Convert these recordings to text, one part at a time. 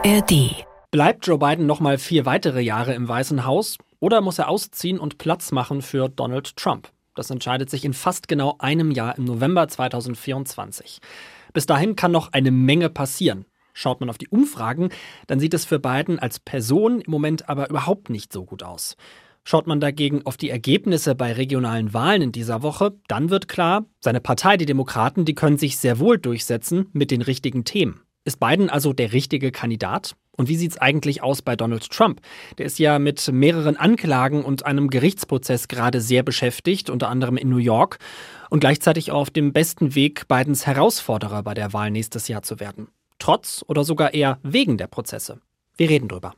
ARD. Bleibt Joe Biden noch mal 4 weitere Jahre im Weißen Haus oder muss er ausziehen und Platz machen für Donald Trump? Das entscheidet sich in fast genau einem Jahr im November 2024. Bis dahin kann noch eine Menge passieren. Schaut man auf die Umfragen, dann sieht es für Biden als Person im Moment aber überhaupt nicht so gut aus. Schaut man dagegen auf die Ergebnisse bei regionalen Wahlen in dieser Woche, dann wird klar, seine Partei, die Demokraten, die können sich sehr wohl durchsetzen mit den richtigen Themen. Ist Biden also der richtige Kandidat? Und wie sieht's eigentlich aus bei Donald Trump? Der ist ja mit mehreren Anklagen und einem Gerichtsprozess gerade sehr beschäftigt, unter anderem in New York, und gleichzeitig auf dem besten Weg, Bidens Herausforderer bei der Wahl nächstes Jahr zu werden. Trotz oder sogar eher wegen der Prozesse. Wir reden drüber.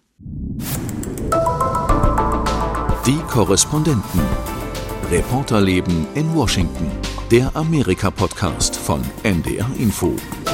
Die Korrespondenten. Reporterleben in Washington. Der Amerika-Podcast von NDR Info.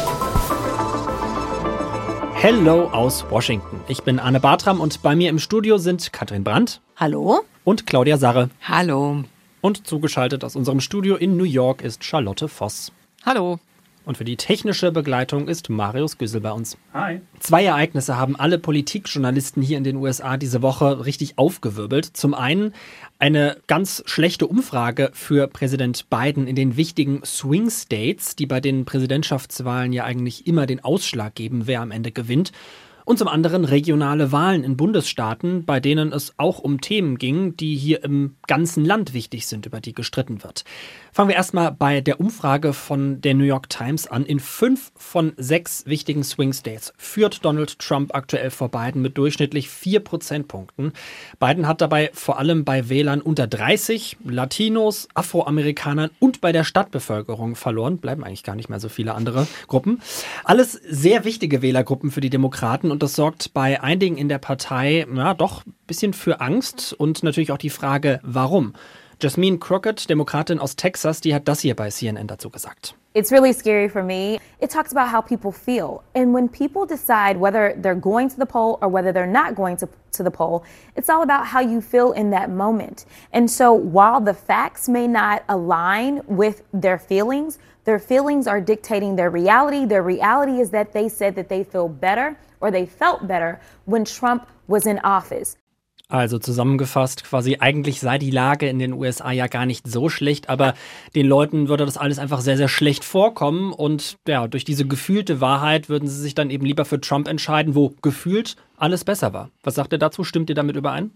Hello aus Washington. Ich bin Anne Bartram und bei mir im Studio sind Katrin Brandt. Hallo. Und Claudia Sarre. Hallo. Und zugeschaltet aus unserem Studio in New York ist Charlotte Voss. Hallo. Und für die technische Begleitung ist Marius Güssel bei uns. Hi. 2 Ereignisse haben alle Politikjournalisten hier in den USA diese Woche richtig aufgewirbelt. Zum einen eine ganz schlechte Umfrage für Präsident Biden in den wichtigen Swing States, die bei den Präsidentschaftswahlen ja eigentlich immer den Ausschlag geben, wer am Ende gewinnt. Und zum anderen regionale Wahlen in Bundesstaaten, bei denen es auch um Themen ging, die hier im ganzen Land wichtig sind, über die gestritten wird. Fangen wir erstmal bei der Umfrage von der New York Times an. In 5 von 6 wichtigen Swing States führt Donald Trump aktuell vor Biden mit durchschnittlich 4 Prozentpunkten. Biden hat dabei vor allem bei Wählern unter 30, Latinos, Afroamerikanern und bei der Stadtbevölkerung verloren. Bleiben eigentlich gar nicht mehr so viele andere Gruppen. Alles sehr wichtige Wählergruppen für die Demokraten. Und das sorgt bei einigen in der Partei doch ein bisschen für Angst und natürlich auch die Frage, warum. Jasmine Crockett, Demokratin aus Texas, die hat das hier bei CNN dazu gesagt. It's really scary for me. It talks about how people feel. And when people decide whether they're going to the poll or whether they're not going to the poll, it's all about how you feel in that moment. And so while the facts may not align with their feelings are dictating their reality. Their reality is that they said that they feel better or they felt better when Trump was in office. Also zusammengefasst, quasi eigentlich sei die Lage in den USA ja gar nicht so schlecht, aber den Leuten würde das alles einfach sehr, sehr schlecht vorkommen und ja, durch diese gefühlte Wahrheit würden sie sich dann eben lieber für Trump entscheiden, wo gefühlt alles besser war. Was sagt ihr dazu? Stimmt ihr damit überein?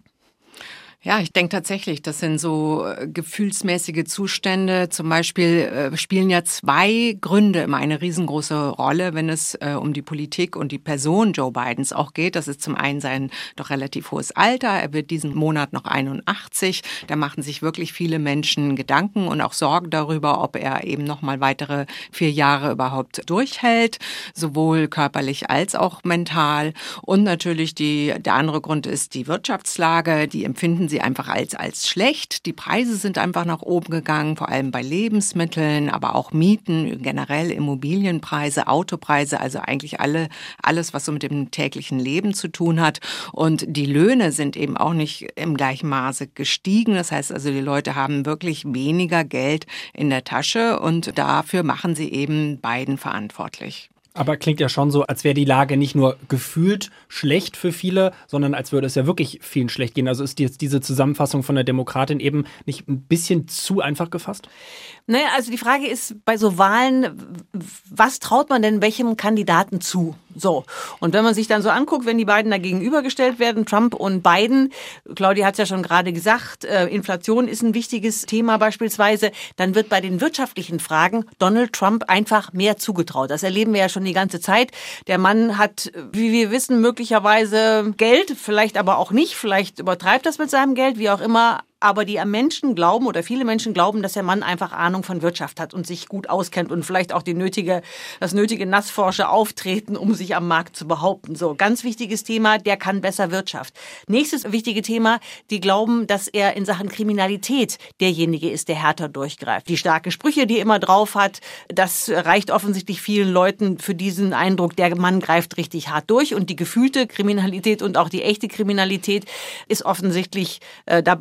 Ja, ich denke tatsächlich, das sind so gefühlsmäßige Zustände. Zum Beispiel spielen ja 2 Gründe immer eine riesengroße Rolle, wenn es um die Politik und die Person Joe Bidens auch geht. Das ist zum einen sein doch relativ hohes Alter. Er wird diesen Monat noch 81. Da machen sich wirklich viele Menschen Gedanken und auch Sorgen darüber, ob er eben noch mal weitere 4 Jahre überhaupt durchhält, sowohl körperlich als auch mental. Und natürlich der andere Grund ist die Wirtschaftslage. Die empfinden sie einfach als schlecht. Die Preise sind einfach nach oben gegangen, vor allem bei Lebensmitteln, aber auch Mieten, generell Immobilienpreise, Autopreise, also eigentlich alles, was so mit dem täglichen Leben zu tun hat. Und die Löhne sind eben auch nicht im gleichen Maße gestiegen. Das heißt also, die Leute haben wirklich weniger Geld in der Tasche und dafür machen sie eben Biden verantwortlich. Aber klingt ja schon so, als wäre die Lage nicht nur gefühlt schlecht für viele, sondern als würde es ja wirklich vielen schlecht gehen. Also ist jetzt diese Zusammenfassung von der Demokratin eben nicht ein bisschen zu einfach gefasst? Naja, also die Frage ist bei so Wahlen, was traut man denn welchem Kandidaten zu? So. Und wenn man sich dann so anguckt, wenn die beiden da gegenübergestellt werden, Trump und Biden, Claudia hat es ja schon gerade gesagt, Inflation ist ein wichtiges Thema beispielsweise, dann wird bei den wirtschaftlichen Fragen Donald Trump einfach mehr zugetraut. Das erleben wir ja schon die ganze Zeit. Der Mann hat, wie wir wissen, möglicherweise Geld, vielleicht aber auch nicht, vielleicht übertreibt das mit seinem Geld, wie auch immer. Aber die Menschen glauben oder viele Menschen glauben, dass der Mann einfach Ahnung von Wirtschaft hat und sich gut auskennt und vielleicht auch das nötige Nassforscher auftreten, um sich am Markt zu behaupten. So, ganz wichtiges Thema, der kann besser Wirtschaft. Nächstes wichtige Thema, die glauben, dass er in Sachen Kriminalität derjenige ist, der härter durchgreift. Die starken Sprüche, die er immer drauf hat, das reicht offensichtlich vielen Leuten für diesen Eindruck, der Mann greift richtig hart durch und die gefühlte Kriminalität und auch die echte Kriminalität ist offensichtlich dabei zu starten.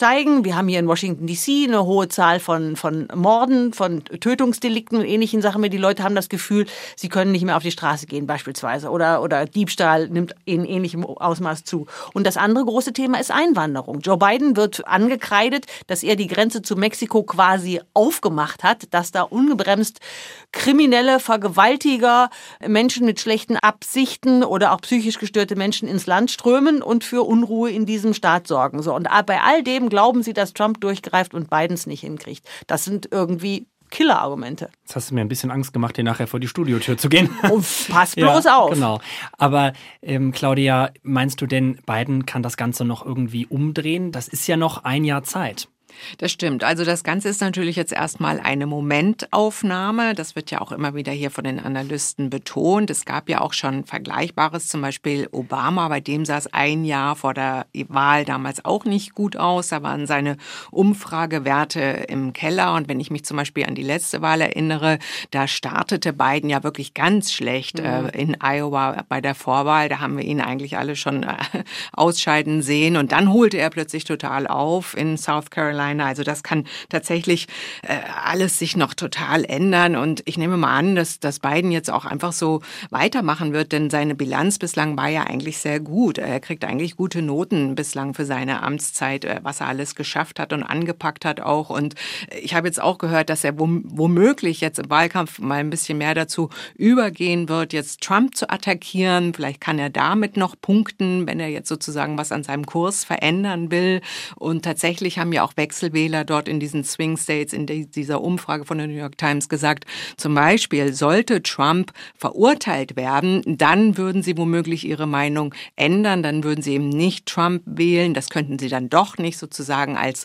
zeigen. Wir haben hier in Washington D.C. eine hohe Zahl von Morden, von Tötungsdelikten und ähnlichen Sachen. Die Leute haben das Gefühl, sie können nicht mehr auf die Straße gehen beispielsweise oder Diebstahl nimmt in ähnlichem Ausmaß zu. Und das andere große Thema ist Einwanderung. Joe Biden wird angekreidet, dass er die Grenze zu Mexiko quasi aufgemacht hat, dass da ungebremst kriminelle Vergewaltiger, Menschen mit schlechten Absichten oder auch psychisch gestörte Menschen ins Land strömen und für Unruhe in diesem Staat sorgen. So, und bei all dem glauben sie, dass Trump durchgreift und Biden es nicht hinkriegt. Das sind irgendwie Killer-Argumente. Jetzt hast du mir ein bisschen Angst gemacht, hier nachher vor die Studiotür zu gehen. Oh, pass bloß auf. Genau. Aber Claudia, meinst du denn, Biden kann das Ganze noch irgendwie umdrehen? Das ist ja noch ein Jahr Zeit. Das stimmt. Also das Ganze ist natürlich jetzt erstmal eine Momentaufnahme. Das wird ja auch immer wieder hier von den Analysten betont. Es gab ja auch schon Vergleichbares, zum Beispiel Obama, bei dem sah es ein Jahr vor der Wahl damals auch nicht gut aus. Da waren seine Umfragewerte im Keller. Und wenn ich mich zum Beispiel an die letzte Wahl erinnere, da startete Biden ja wirklich ganz schlecht in Iowa bei der Vorwahl. Da haben wir ihn eigentlich alle schon ausscheiden sehen. Und dann holte er plötzlich total auf in South Carolina. Also das kann tatsächlich alles sich noch total ändern. Und ich nehme mal an, dass Biden jetzt auch einfach so weitermachen wird, denn seine Bilanz bislang war ja eigentlich sehr gut. Er kriegt eigentlich gute Noten bislang für seine Amtszeit, was er alles geschafft hat und angepackt hat auch. Und ich habe jetzt auch gehört, dass er womöglich jetzt im Wahlkampf mal ein bisschen mehr dazu übergehen wird, jetzt Trump zu attackieren. Vielleicht kann er damit noch punkten, wenn er jetzt sozusagen was an seinem Kurs verändern will. Und tatsächlich haben ja auch Wechselwähler dort in diesen Swing States, in dieser Umfrage von der New York Times gesagt, zum Beispiel, sollte Trump verurteilt werden, dann würden sie womöglich ihre Meinung ändern, dann würden sie eben nicht Trump wählen, das könnten sie dann doch nicht sozusagen als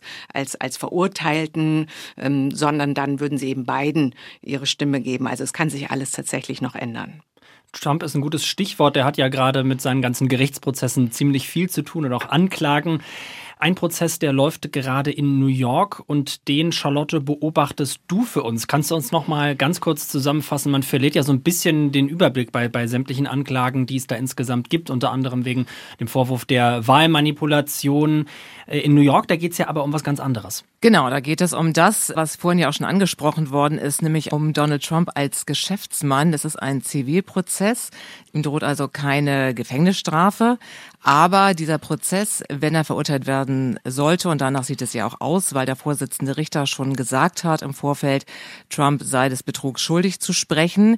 Verurteilten, sondern dann würden sie eben Biden ihre Stimme geben. Also es kann sich alles tatsächlich noch ändern. Trump ist ein gutes Stichwort. Der hat ja gerade mit seinen ganzen Gerichtsprozessen ziemlich viel zu tun und auch Anklagen. Ein Prozess, der läuft gerade in New York und den, Charlotte, beobachtest du für uns. Kannst du uns noch mal ganz kurz zusammenfassen? Man verliert ja so ein bisschen den Überblick bei sämtlichen Anklagen, die es da insgesamt gibt, unter anderem wegen dem Vorwurf der Wahlmanipulation. In New York, da geht es ja aber um was ganz anderes. Genau, da geht es um das, was vorhin ja auch schon angesprochen worden ist, nämlich um Donald Trump als Geschäftsmann. Das ist ein Zivilprozess. Ihm droht also keine Gefängnisstrafe. Aber dieser Prozess, wenn er verurteilt werden sollte, und danach sieht es ja auch aus, weil der Vorsitzende Richter schon gesagt hat im Vorfeld, Trump sei des Betrugs schuldig zu sprechen,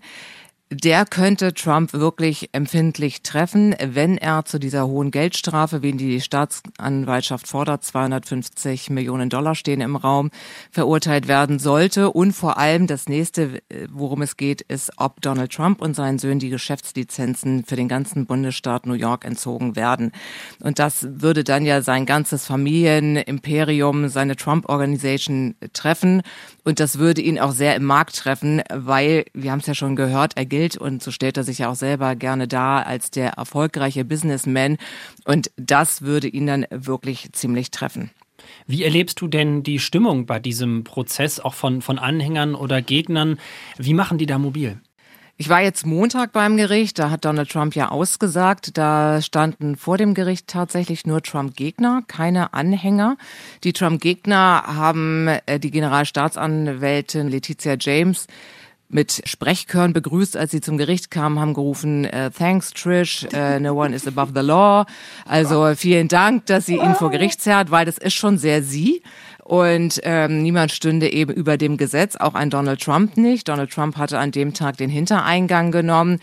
der könnte Trump wirklich empfindlich treffen, wenn er zu dieser hohen Geldstrafe, wen die Staatsanwaltschaft fordert, $250 Millionen stehen im Raum, verurteilt werden sollte. Und vor allem das nächste, worum es geht, ist, ob Donald Trump und seinen Söhnen die Geschäftslizenzen für den ganzen Bundesstaat New York entzogen werden. Und das würde dann ja sein ganzes Familienimperium, seine Trump-Organisation treffen. Und das würde ihn auch sehr im Markt treffen, weil, wir haben es ja schon gehört, er gilt, und so stellt er sich ja auch selber gerne dar, als der erfolgreiche Businessman. Und das würde ihn dann wirklich ziemlich treffen. Wie erlebst du denn die Stimmung bei diesem Prozess, auch von Anhängern oder Gegnern? Wie machen die da mobil? Ich war jetzt Montag beim Gericht, da hat Donald Trump ja ausgesagt, da standen vor dem Gericht tatsächlich nur Trump-Gegner, keine Anhänger. Die Trump-Gegner haben die Generalstaatsanwältin Letitia James mit Sprechchören begrüßt, als sie zum Gericht kamen, haben gerufen, thanks Trish, no one is above the law. Also vielen Dank, dass sie ihn vor Gericht zerrt, weil das ist schon sehr sie. Und niemand stünde eben über dem Gesetz, auch ein Donald Trump nicht. Donald Trump hatte an dem Tag den Hintereingang genommen.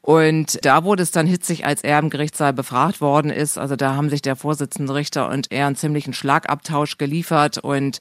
Und da wurde es dann hitzig, als er im Gerichtssaal befragt worden ist. Also da haben sich der Vorsitzende Richter und er einen ziemlichen Schlagabtausch geliefert. Und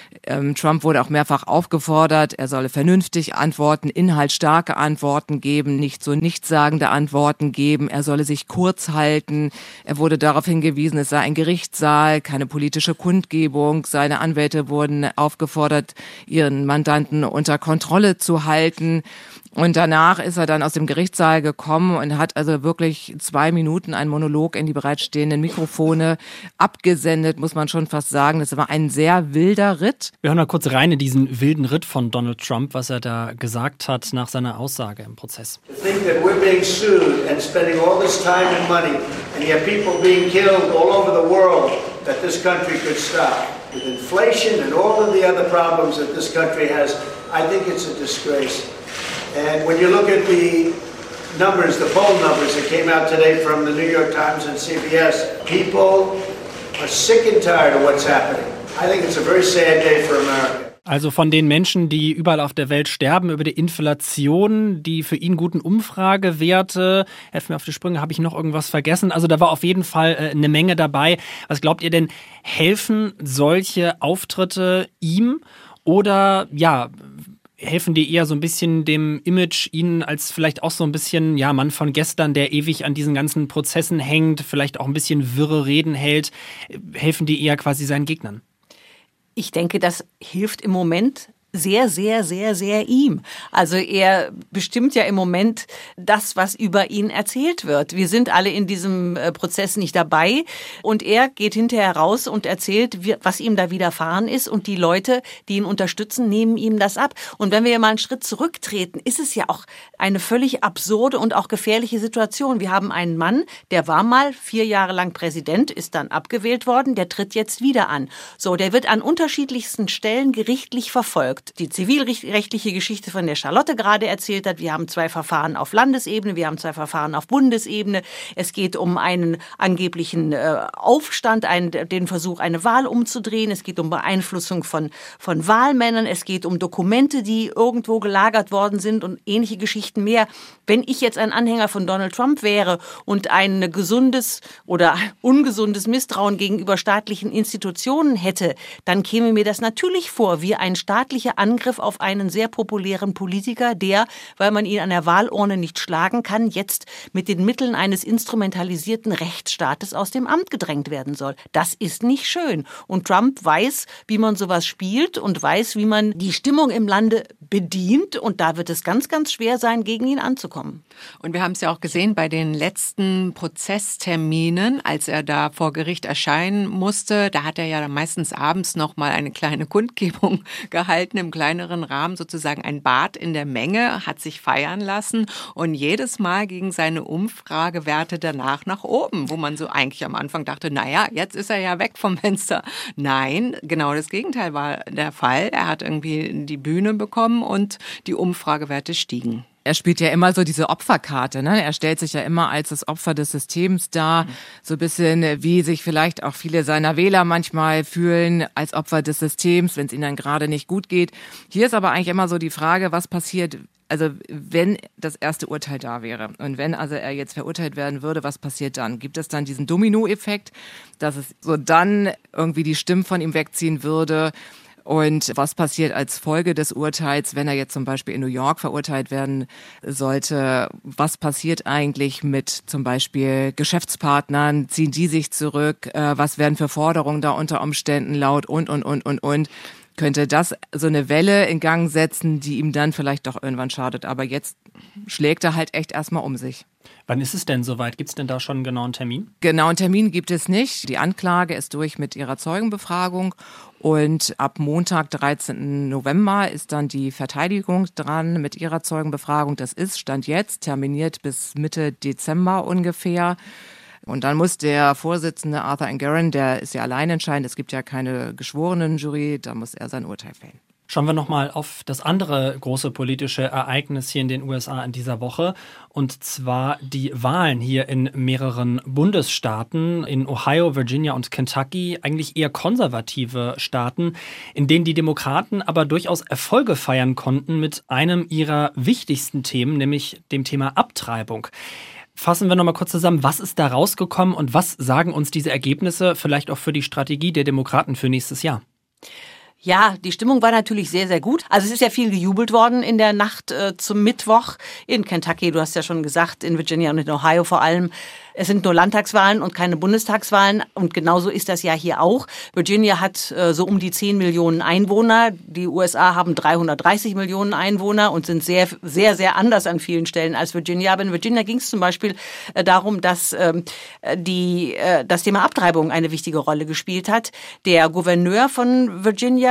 Trump wurde auch mehrfach aufgefordert, er solle vernünftig antworten, inhaltsstarke Antworten geben, nicht so nichtssagende Antworten geben. Er solle sich kurz halten. Er wurde darauf hingewiesen, es sei ein Gerichtssaal, keine politische Kundgebung. Seine Anwälte wurden aufgefordert, ihren Mandanten unter Kontrolle zu halten. Und danach ist er dann aus dem Gerichtssaal gekommen und hat also wirklich 2 Minuten einen Monolog in die bereitstehenden Mikrofone abgesendet, muss man schon fast sagen. Das war ein sehr wilder Ritt. Wir hören mal kurz rein in diesen wilden Ritt von Donald Trump, was er da gesagt hat nach seiner Aussage im Prozess. To think that we're being sued and spending all this time and money and yet people being killed all over the world, that this country could stop. The inflation and all of the other problems that this country has, I think it's a disgrace. And when you look at the numbers, the poll numbers that came out today from the New York Times and CBS, people are sick and tired of what's happening. I think it's a very sad day for America. Also von den Menschen, die überall auf der Welt sterben, über die Inflation, die für ihn guten Umfragewerte, helfen mir auf die Sprünge, habe ich noch irgendwas vergessen? Also da war auf jeden Fall eine Menge dabei. Was glaubt ihr denn, helfen solche Auftritte ihm oder ja, helfen die eher so ein bisschen dem Image, ihn als vielleicht auch so ein bisschen, ja, Mann von gestern, der ewig an diesen ganzen Prozessen hängt, vielleicht auch ein bisschen wirre Reden hält, helfen die eher quasi seinen Gegnern? Ich denke, das hilft im Moment sehr, sehr, sehr, sehr ihm. Also er bestimmt ja im Moment das, was über ihn erzählt wird. Wir sind alle in diesem Prozess nicht dabei und er geht hinterher raus und erzählt, was ihm da widerfahren ist und die Leute, die ihn unterstützen, nehmen ihm das ab. Und wenn wir mal einen Schritt zurücktreten, ist es ja auch eine völlig absurde und auch gefährliche Situation. Wir haben einen Mann, der war mal 4 Jahre lang Präsident, ist dann abgewählt worden, der tritt jetzt wieder an. So, der wird an unterschiedlichsten Stellen gerichtlich verfolgt. Die zivilrechtliche Geschichte, von der Charlotte gerade erzählt hat. Wir haben 2 Verfahren auf Landesebene, wir haben 2 Verfahren auf Bundesebene. Es geht um einen angeblichen Aufstand, den Versuch, eine Wahl umzudrehen. Es geht um Beeinflussung von Wahlmännern. Es geht um Dokumente, die irgendwo gelagert worden sind und ähnliche Geschichten mehr. Wenn ich jetzt ein Anhänger von Donald Trump wäre und ein gesundes oder ungesundes Misstrauen gegenüber staatlichen Institutionen hätte, dann käme mir das natürlich vor wie ein staatlicher Angriff auf einen sehr populären Politiker, der, weil man ihn an der Wahlurne nicht schlagen kann, jetzt mit den Mitteln eines instrumentalisierten Rechtsstaates aus dem Amt gedrängt werden soll. Das ist nicht schön. Und Trump weiß, wie man sowas spielt und weiß, wie man die Stimmung im Lande bedient. Und da wird es ganz, ganz schwer sein, gegen ihn anzukommen. Und wir haben es ja auch gesehen bei den letzten Prozessterminen, als er da vor Gericht erscheinen musste. Da hat er ja meistens abends noch mal eine kleine Kundgebung gehalten, im kleineren Rahmen, sozusagen ein Bad in der Menge, hat sich feiern lassen und jedes Mal ging seine Umfragewerte danach nach oben, wo man so eigentlich am Anfang dachte, naja, jetzt ist er ja weg vom Fenster. Nein, genau das Gegenteil war der Fall. Er hat irgendwie die Bühne bekommen und die Umfragewerte stiegen. Er spielt ja immer so diese Opferkarte, ne? Er stellt sich ja immer als das Opfer des Systems dar, so ein bisschen wie sich vielleicht auch viele seiner Wähler manchmal fühlen als Opfer des Systems, wenn es ihnen dann gerade nicht gut geht. Hier ist aber eigentlich immer so die Frage, was passiert, also wenn das erste Urteil da wäre und wenn also er jetzt verurteilt werden würde, was passiert dann? Gibt es dann diesen Domino-Effekt, dass es so dann irgendwie die Stimmen von ihm wegziehen würde? Und was passiert als Folge des Urteils, wenn er jetzt zum Beispiel in New York verurteilt werden sollte? Was passiert eigentlich mit zum Beispiel Geschäftspartnern? Ziehen die sich zurück? Was werden für Forderungen da unter Umständen laut? Und. Könnte das so eine Welle in Gang setzen, die ihm dann vielleicht doch irgendwann schadet? Aber jetzt schlägt er halt echt erstmal um sich. Wann ist es denn soweit? Gibt es denn da schon einen genauen Termin? Genauen Termin gibt es nicht. Die Anklage ist durch mit ihrer Zeugenbefragung und ab Montag, 13. November, ist dann die Verteidigung dran mit ihrer Zeugenbefragung. Das ist, Stand jetzt, terminiert bis Mitte Dezember ungefähr. Und dann muss der Vorsitzende Arthur Engoron, der ist ja allein entscheidend, es gibt ja keine geschworenen Jury, da muss er sein Urteil fällen. Schauen wir nochmal auf das andere große politische Ereignis hier in den USA in dieser Woche. Und zwar die Wahlen hier in mehreren Bundesstaaten, in Ohio, Virginia und Kentucky, eigentlich eher konservative Staaten, in denen die Demokraten aber durchaus Erfolge feiern konnten mit einem ihrer wichtigsten Themen, nämlich dem Thema Abtreibung. Fassen wir nochmal kurz zusammen, was ist da rausgekommen und was sagen uns diese Ergebnisse vielleicht auch für die Strategie der Demokraten für nächstes Jahr? Ja, die Stimmung war natürlich sehr, sehr gut. Also es ist ja viel gejubelt worden in der Nacht zum Mittwoch in Kentucky, du hast ja schon gesagt, in Virginia und in Ohio vor allem. Es sind nur Landtagswahlen und keine Bundestagswahlen und genauso ist das ja hier auch. Virginia hat so um die 10 Millionen Einwohner. Die USA haben 330 Millionen Einwohner und sind sehr, sehr, sehr anders an vielen Stellen als Virginia. Aber in Virginia ging es zum Beispiel darum, dass das Thema Abtreibung eine wichtige Rolle gespielt hat. Der Gouverneur von Virginia,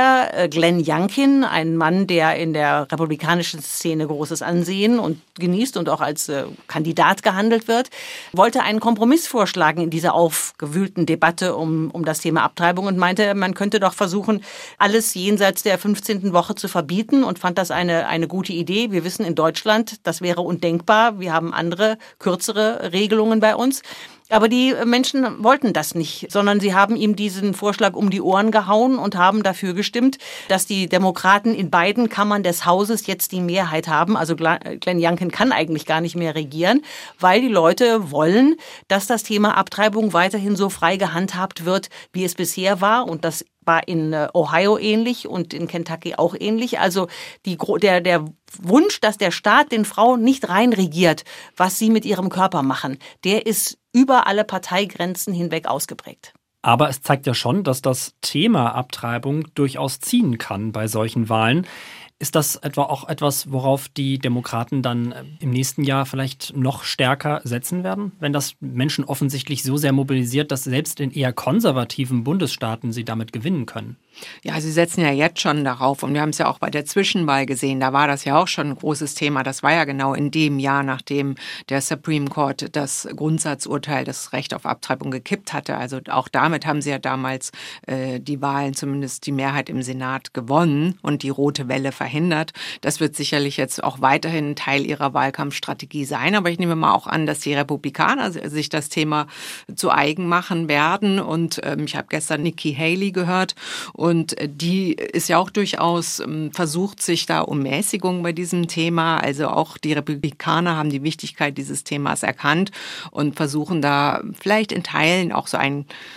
er Glenn Youngkin, ein Mann, der in der republikanischen Szene großes Ansehen und genießt und auch als Kandidat gehandelt wird, wollte einen Kompromiss vorschlagen in dieser aufgewühlten Debatte um das Thema Abtreibung und meinte, man könnte doch versuchen, alles jenseits der 15. Woche zu verbieten und fand das eine gute Idee. Wir wissen in Deutschland, das wäre undenkbar. Wir haben andere, kürzere Regelungen bei uns. Aber die Menschen wollten das nicht, sondern sie haben ihm diesen Vorschlag um die Ohren gehauen und haben dafür gestimmt, dass die Demokraten in beiden Kammern des Hauses jetzt die Mehrheit haben. Also Glenn Youngkin kann eigentlich gar nicht mehr regieren, weil die Leute wollen, dass das Thema Abtreibung weiterhin so frei gehandhabt wird, wie es bisher war. Und das war in Ohio ähnlich und in Kentucky auch ähnlich. Also der Wunsch, dass der Staat den Frauen nicht reinregiert, was sie mit ihrem Körper machen, der ist über alle Parteigrenzen hinweg ausgeprägt. Aber es zeigt ja schon, dass das Thema Abtreibung durchaus ziehen kann bei solchen Wahlen. Ist das etwa auch etwas, worauf die Demokraten dann im nächsten Jahr vielleicht noch stärker setzen werden? Wenn das Menschen offensichtlich so sehr mobilisiert, dass selbst in eher konservativen Bundesstaaten sie damit gewinnen können? Ja, sie setzen ja jetzt schon darauf und wir haben es ja auch bei der Zwischenwahl gesehen, da war das ja auch schon ein großes Thema. Das war ja genau in dem Jahr, nachdem der Supreme Court das Grundsatzurteil, das Recht auf Abtreibung gekippt hatte. Also auch damit haben sie ja damals die Wahlen, zumindest die Mehrheit im Senat gewonnen und die rote Welle verhindert. Das wird sicherlich jetzt auch weiterhin Teil ihrer Wahlkampfstrategie sein. Aber ich nehme mal auch an, dass die Republikaner sich das Thema zu eigen machen werden. Und ich habe gestern Nikki Haley gehört und die ist ja auch durchaus versucht, sich da um Mäßigung bei diesem Thema. Also auch die Republikaner haben die Wichtigkeit dieses Themas erkannt und versuchen da vielleicht in Teilen auch so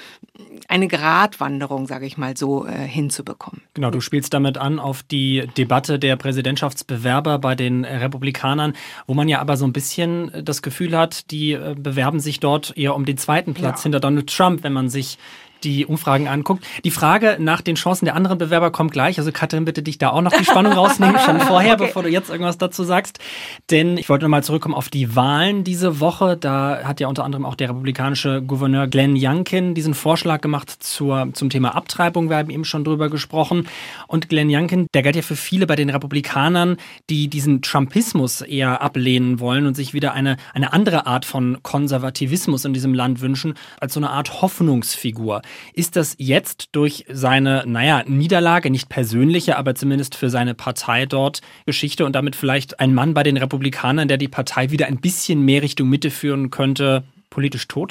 eine Gratwanderung, sage ich mal so, hinzubekommen. Genau, du spielst damit an auf die Debatte der Präsidentschaftsbewerber bei den Republikanern, wo man ja aber so ein bisschen das Gefühl hat, die bewerben sich dort eher um den zweiten Platz hinter Donald Trump, wenn man sich die Umfragen anguckt. Die Frage nach den Chancen der anderen Bewerber kommt gleich. Also Katrin, bitte dich da auch noch die Spannung rausnehmen, schon vorher, okay, bevor du jetzt irgendwas dazu sagst. Denn ich wollte nochmal zurückkommen auf die Wahlen diese Woche. Da hat ja unter anderem auch der republikanische Gouverneur Glenn Youngkin diesen Vorschlag gemacht zum Thema Abtreibung. Wir haben eben schon drüber gesprochen. Und Glenn Youngkin, der galt ja für viele bei den Republikanern, die diesen Trumpismus eher ablehnen wollen und sich wieder eine andere Art von Konservativismus in diesem Land wünschen, als so eine Art Hoffnungsfigur. Ist das jetzt durch seine, Niederlage, nicht persönliche, aber zumindest für seine Partei dort Geschichte und damit vielleicht ein Mann bei den Republikanern, der die Partei wieder ein bisschen mehr Richtung Mitte führen könnte, politisch tot?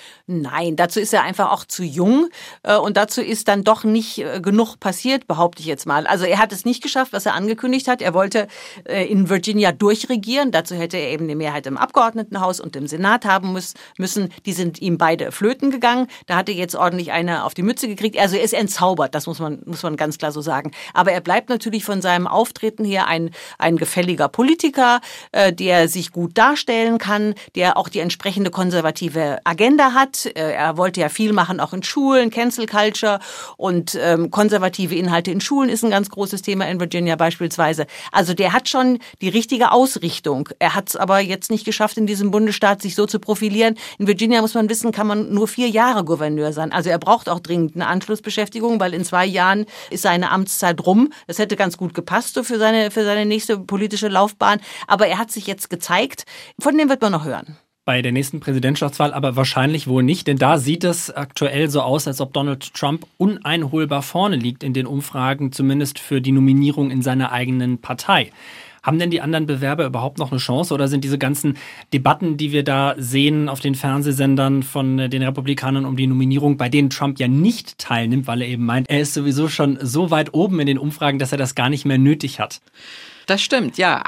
Nein, dazu ist er einfach auch zu jung und dazu ist dann doch nicht genug passiert, behaupte ich jetzt mal. Also er hat es nicht geschafft, was er angekündigt hat. Er wollte in Virginia durchregieren. Dazu hätte er eben eine Mehrheit im Abgeordnetenhaus und im Senat haben müssen. Die sind ihm beide flöten gegangen. Da hat er jetzt ordentlich eine auf die Mütze gekriegt. Also er ist entzaubert, das muss man ganz klar so sagen. Aber er bleibt natürlich von seinem Auftreten her ein gefälliger Politiker, der sich gut darstellen kann, der auch die entsprechende konservative Agenda hat. Er wollte ja viel machen, auch in Schulen, Cancel Culture und konservative Inhalte in Schulen ist ein ganz großes Thema in Virginia beispielsweise. Also der hat schon die richtige Ausrichtung. Er hat es aber jetzt nicht geschafft, in diesem Bundesstaat sich so zu profilieren. In Virginia, muss man wissen, kann man nur 4 Jahre Gouverneur sein. Also er braucht auch dringend eine Anschlussbeschäftigung, weil in 2 Jahren ist seine Amtszeit rum. Das hätte ganz gut gepasst so für seine nächste politische Laufbahn. Aber er hat sich jetzt gezeigt. Von dem wird man noch hören. Bei der nächsten Präsidentschaftswahl aber wahrscheinlich wohl nicht, denn da sieht es aktuell so aus, als ob Donald Trump uneinholbar vorne liegt in den Umfragen, zumindest für die Nominierung in seiner eigenen Partei. Haben denn die anderen Bewerber überhaupt noch eine Chance oder sind diese ganzen Debatten, die wir da sehen auf den Fernsehsendern von den Republikanern um die Nominierung, bei denen Trump ja nicht teilnimmt, weil er eben meint, er ist sowieso schon so weit oben in den Umfragen, dass er das gar nicht mehr nötig hat? Das stimmt, ja.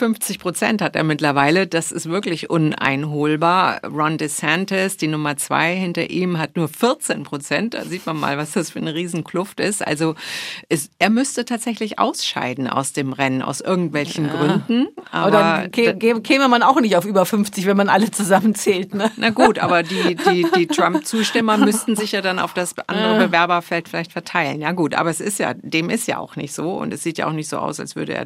58% hat er mittlerweile. Das ist wirklich uneinholbar. Ron DeSantis, die Nummer 2 hinter ihm, hat nur 14%. Da sieht man mal, was das für eine Riesenkluft ist. Also er müsste tatsächlich ausscheiden aus dem Rennen, aus irgendwelchen Gründen. Aber dann käme man auch nicht auf über 50, wenn man alle zusammenzählt. Ne? Na gut, aber die Trump-Zustimmer müssten sich ja dann auf das andere Bewerberfeld vielleicht verteilen. Ja gut, aber dem ist ja auch nicht so. Und es sieht ja auch nicht so aus, als würde er davor ins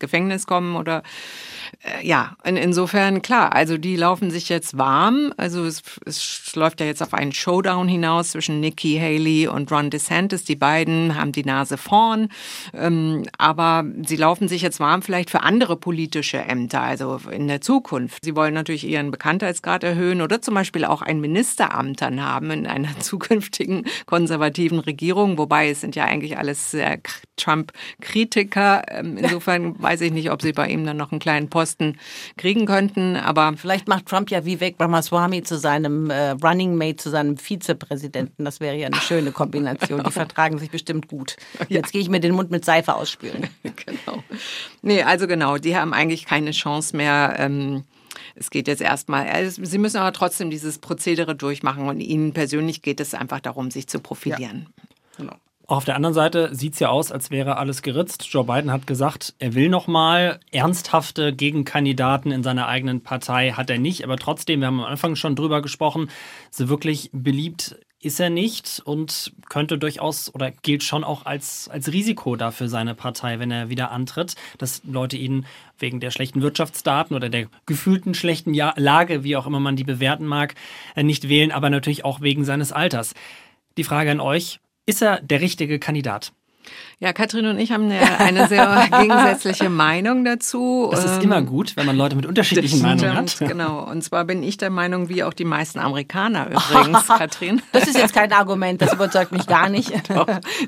Gefängnis kommen oder ja, insofern klar, also die laufen sich jetzt warm, also es läuft ja jetzt auf einen Showdown hinaus zwischen Nikki Haley und Ron DeSantis, die beiden haben die Nase vorn, aber sie laufen sich jetzt warm vielleicht für andere politische Ämter, also in der Zukunft. Sie wollen natürlich ihren Bekanntheitsgrad erhöhen oder zum Beispiel auch ein Ministeramt dann haben in einer zukünftigen konservativen Regierung, wobei es sind ja eigentlich alles Trump-Kritiker, insofern weiß ich nicht, ob sie bei ihm dann noch einen kleinen Posten kriegen könnten, aber vielleicht macht Trump ja Vivek Ramaswamy zu seinem Running Mate, zu seinem Vizepräsidenten. Das wäre ja eine schöne Kombination. Die vertragen sich bestimmt gut. Jetzt gehe ich mir den Mund mit Seife ausspülen. Genau. Nee, also genau, die haben eigentlich keine Chance mehr. Es geht jetzt erstmal, sie müssen aber trotzdem dieses Prozedere durchmachen und ihnen persönlich geht es einfach darum, sich zu profilieren. Ja. Genau. Auf der anderen Seite sieht es ja aus, als wäre alles geritzt. Joe Biden hat gesagt, er will nochmal ernsthafte Gegenkandidaten in seiner eigenen Partei. Hat er nicht, aber trotzdem, wir haben am Anfang schon drüber gesprochen, so wirklich beliebt ist er nicht und könnte durchaus oder gilt schon auch als Risiko dafür seine Partei, wenn er wieder antritt, dass Leute ihn wegen der schlechten Wirtschaftsdaten oder der gefühlten schlechten Lage, wie auch immer man die bewerten mag, nicht wählen, aber natürlich auch wegen seines Alters. Die Frage an euch, ist er der richtige Kandidat? Ja, Katrin und ich haben eine sehr gegensätzliche Meinung dazu. Das ist immer gut, wenn man Leute mit unterschiedlichen Meinungen hat. Genau, und zwar bin ich der Meinung, wie auch die meisten Amerikaner übrigens, Katrin. Das ist jetzt kein Argument, das überzeugt mich gar nicht. Doch,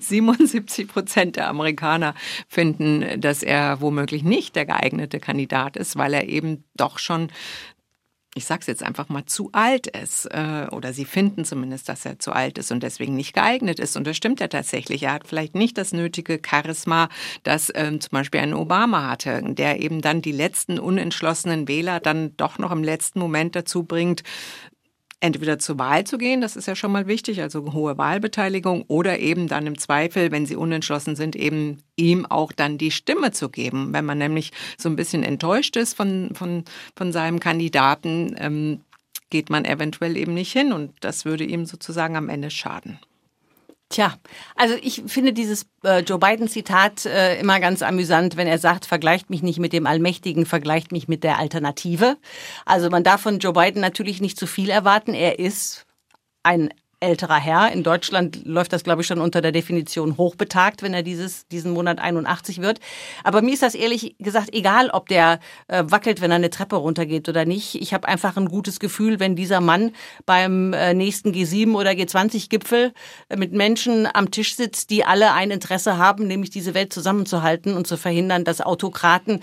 77% der Amerikaner finden, dass er womöglich nicht der geeignete Kandidat ist, weil er eben doch schon, ich sag's jetzt einfach mal, zu alt ist. Oder sie finden zumindest, dass er zu alt ist und deswegen nicht geeignet ist. Und das stimmt ja tatsächlich. Er hat vielleicht nicht das nötige Charisma, das zum Beispiel ein Obama hatte, der eben dann die letzten unentschlossenen Wähler dann doch noch im letzten Moment dazu bringt, entweder zur Wahl zu gehen, das ist ja schon mal wichtig, also hohe Wahlbeteiligung, oder eben dann im Zweifel, wenn sie unentschlossen sind, eben ihm auch dann die Stimme zu geben. Wenn man nämlich so ein bisschen enttäuscht ist von seinem Kandidaten, geht man eventuell eben nicht hin und das würde ihm sozusagen am Ende schaden. Tja, also ich finde dieses Joe Biden-Zitat immer ganz amüsant, wenn er sagt, vergleicht mich nicht mit dem Allmächtigen, vergleicht mich mit der Alternative. Also man darf von Joe Biden natürlich nicht zu viel erwarten. Er ist ein älterer Herr. In Deutschland läuft das, glaube ich, schon unter der Definition hochbetagt, wenn er diesen Monat 81 wird. Aber mir ist das ehrlich gesagt egal, ob der wackelt, wenn er eine Treppe runtergeht oder nicht. Ich habe einfach ein gutes Gefühl, wenn dieser Mann beim nächsten G7 oder G20-Gipfel mit Menschen am Tisch sitzt, die alle ein Interesse haben, nämlich diese Welt zusammenzuhalten und zu verhindern, dass Autokraten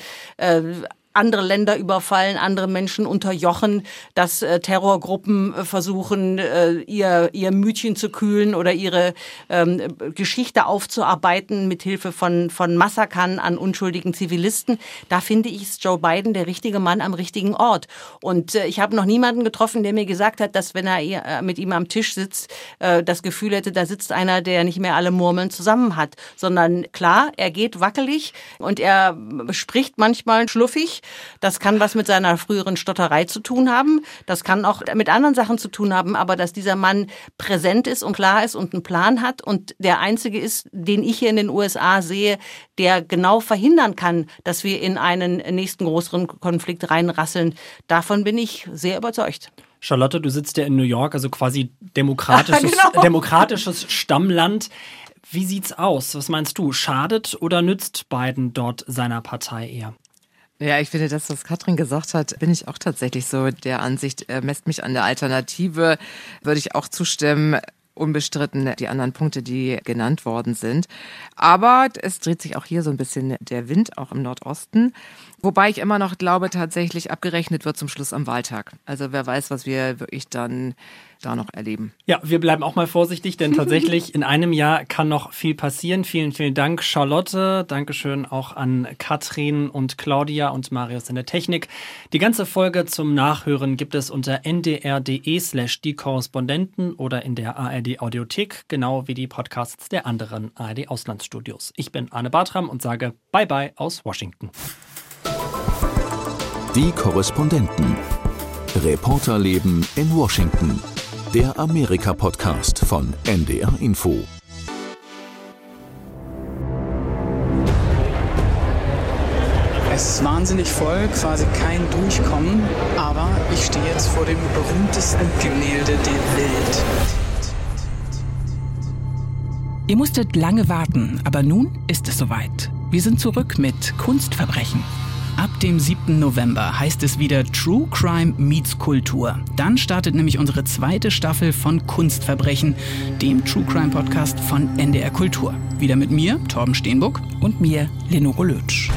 andere Länder überfallen, andere Menschen unterjochen, dass Terrorgruppen versuchen, ihr Mütchen zu kühlen oder ihre Geschichte aufzuarbeiten mit Hilfe von Massakern an unschuldigen Zivilisten. Da finde ich, ist Joe Biden der richtige Mann am richtigen Ort. Und ich habe noch niemanden getroffen, der mir gesagt hat, dass wenn er mit ihm am Tisch sitzt, das Gefühl hätte, da sitzt einer, der nicht mehr alle Murmeln zusammen hat. Sondern klar, er geht wackelig und er spricht manchmal schluffig. Das kann was mit seiner früheren Stotterei zu tun haben. Das kann auch mit anderen Sachen zu tun haben. Aber dass dieser Mann präsent ist und klar ist und einen Plan hat und der einzige ist, den ich hier in den USA sehe, der genau verhindern kann, dass wir in einen nächsten größeren Konflikt reinrasseln. Davon bin ich sehr überzeugt. Charlotte, du sitzt ja in New York, also quasi demokratisches Stammland. Wie sieht's aus? Was meinst du? Schadet oder nützt Biden dort seiner Partei eher? Ja, ich finde, das, was Katrin gesagt hat, bin ich auch tatsächlich so der Ansicht, messt mich an der Alternative, würde ich auch zustimmen. Unbestritten die anderen Punkte, die genannt worden sind. Aber es dreht sich auch hier so ein bisschen der Wind, auch im Nordosten. Wobei ich immer noch glaube, tatsächlich abgerechnet wird zum Schluss am Wahltag. Also wer weiß, was wir wirklich dann da noch erleben. Ja, wir bleiben auch mal vorsichtig, denn tatsächlich in einem Jahr kann noch viel passieren. Vielen, vielen Dank, Charlotte. Dankeschön auch an Katrin und Claudia und Marius in der Technik. Die ganze Folge zum Nachhören gibt es unter ndr.de/diekorrespondenten oder in der ARD-Audiothek, genau wie die Podcasts der anderen ARD-Auslandsstudios. Ich bin Arne Bartram und sage Bye-bye aus Washington. Die Korrespondenten. Reporterleben in Washington. Der Amerika-Podcast von NDR Info. ist wahnsinnig voll, quasi kein Durchkommen. Aber ich stehe jetzt vor dem berühmtesten Gemälde der Welt. Ihr musstet lange warten, aber nun ist es soweit. Wir sind zurück mit Kunstverbrechen. Ab dem 7. November heißt es wieder True Crime meets Kultur. Dann startet nämlich unsere zweite Staffel von Kunstverbrechen, dem True Crime Podcast von NDR Kultur. Wieder mit mir, Torben Steenbuck, und mir, Lenore Lötsch.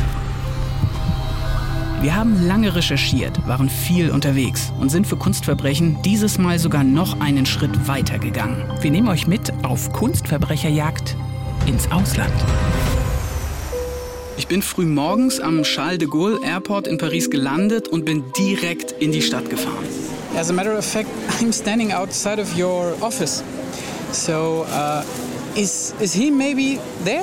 Wir haben lange recherchiert, waren viel unterwegs und sind für Kunstverbrechen dieses Mal sogar noch einen Schritt weiter gegangen. Wir nehmen euch mit auf Kunstverbrecherjagd ins Ausland. Ich bin früh morgens am Charles de Gaulle Airport in Paris gelandet und bin direkt in die Stadt gefahren. As a matter of fact, I'm standing outside of your office. So, is he maybe there?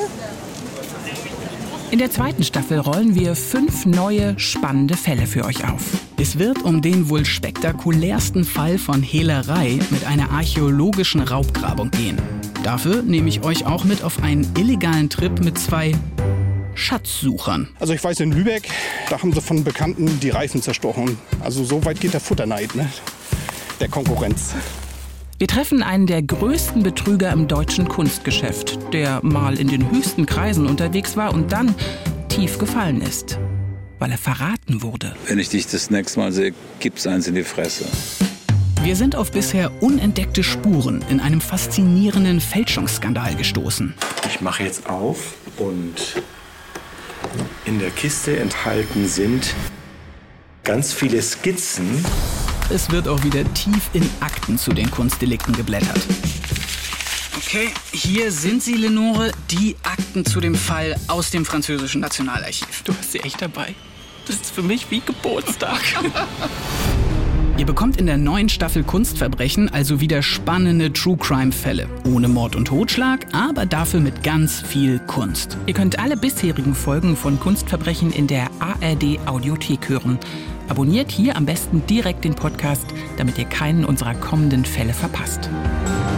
In der zweiten Staffel rollen wir 5 neue, spannende Fälle für euch auf. Es wird um den wohl spektakulärsten Fall von Hehlerei mit einer archäologischen Raubgrabung gehen. Dafür nehme ich euch auch mit auf einen illegalen Trip mit 2 Schatzsuchern. Also ich weiß, in Lübeck, da haben sie von Bekannten die Reifen zerstochen. Also so weit geht der Futterneid, ne? Der Konkurrenz. Wir treffen einen der größten Betrüger im deutschen Kunstgeschäft, der mal in den höchsten Kreisen unterwegs war und dann tief gefallen ist, weil er verraten wurde. Wenn ich dich das nächste Mal sehe, gibt's eins in die Fresse. Wir sind auf bisher unentdeckte Spuren in einem faszinierenden Fälschungsskandal gestoßen. Ich mache jetzt auf und in der Kiste enthalten sind ganz viele Skizzen. Es wird auch wieder tief in Akten zu den Kunstdelikten geblättert. Okay, hier sind sie, Lenore, die Akten zu dem Fall aus dem französischen Nationalarchiv. Du hast sie echt dabei? Das ist für mich wie Geburtstag. Ihr bekommt in der neuen Staffel Kunstverbrechen also wieder spannende True-Crime-Fälle. Ohne Mord und Totschlag, aber dafür mit ganz viel Kunst. Ihr könnt alle bisherigen Folgen von Kunstverbrechen in der ARD-Audiothek hören. Abonniert hier am besten direkt den Podcast, damit ihr keinen unserer kommenden Fälle verpasst.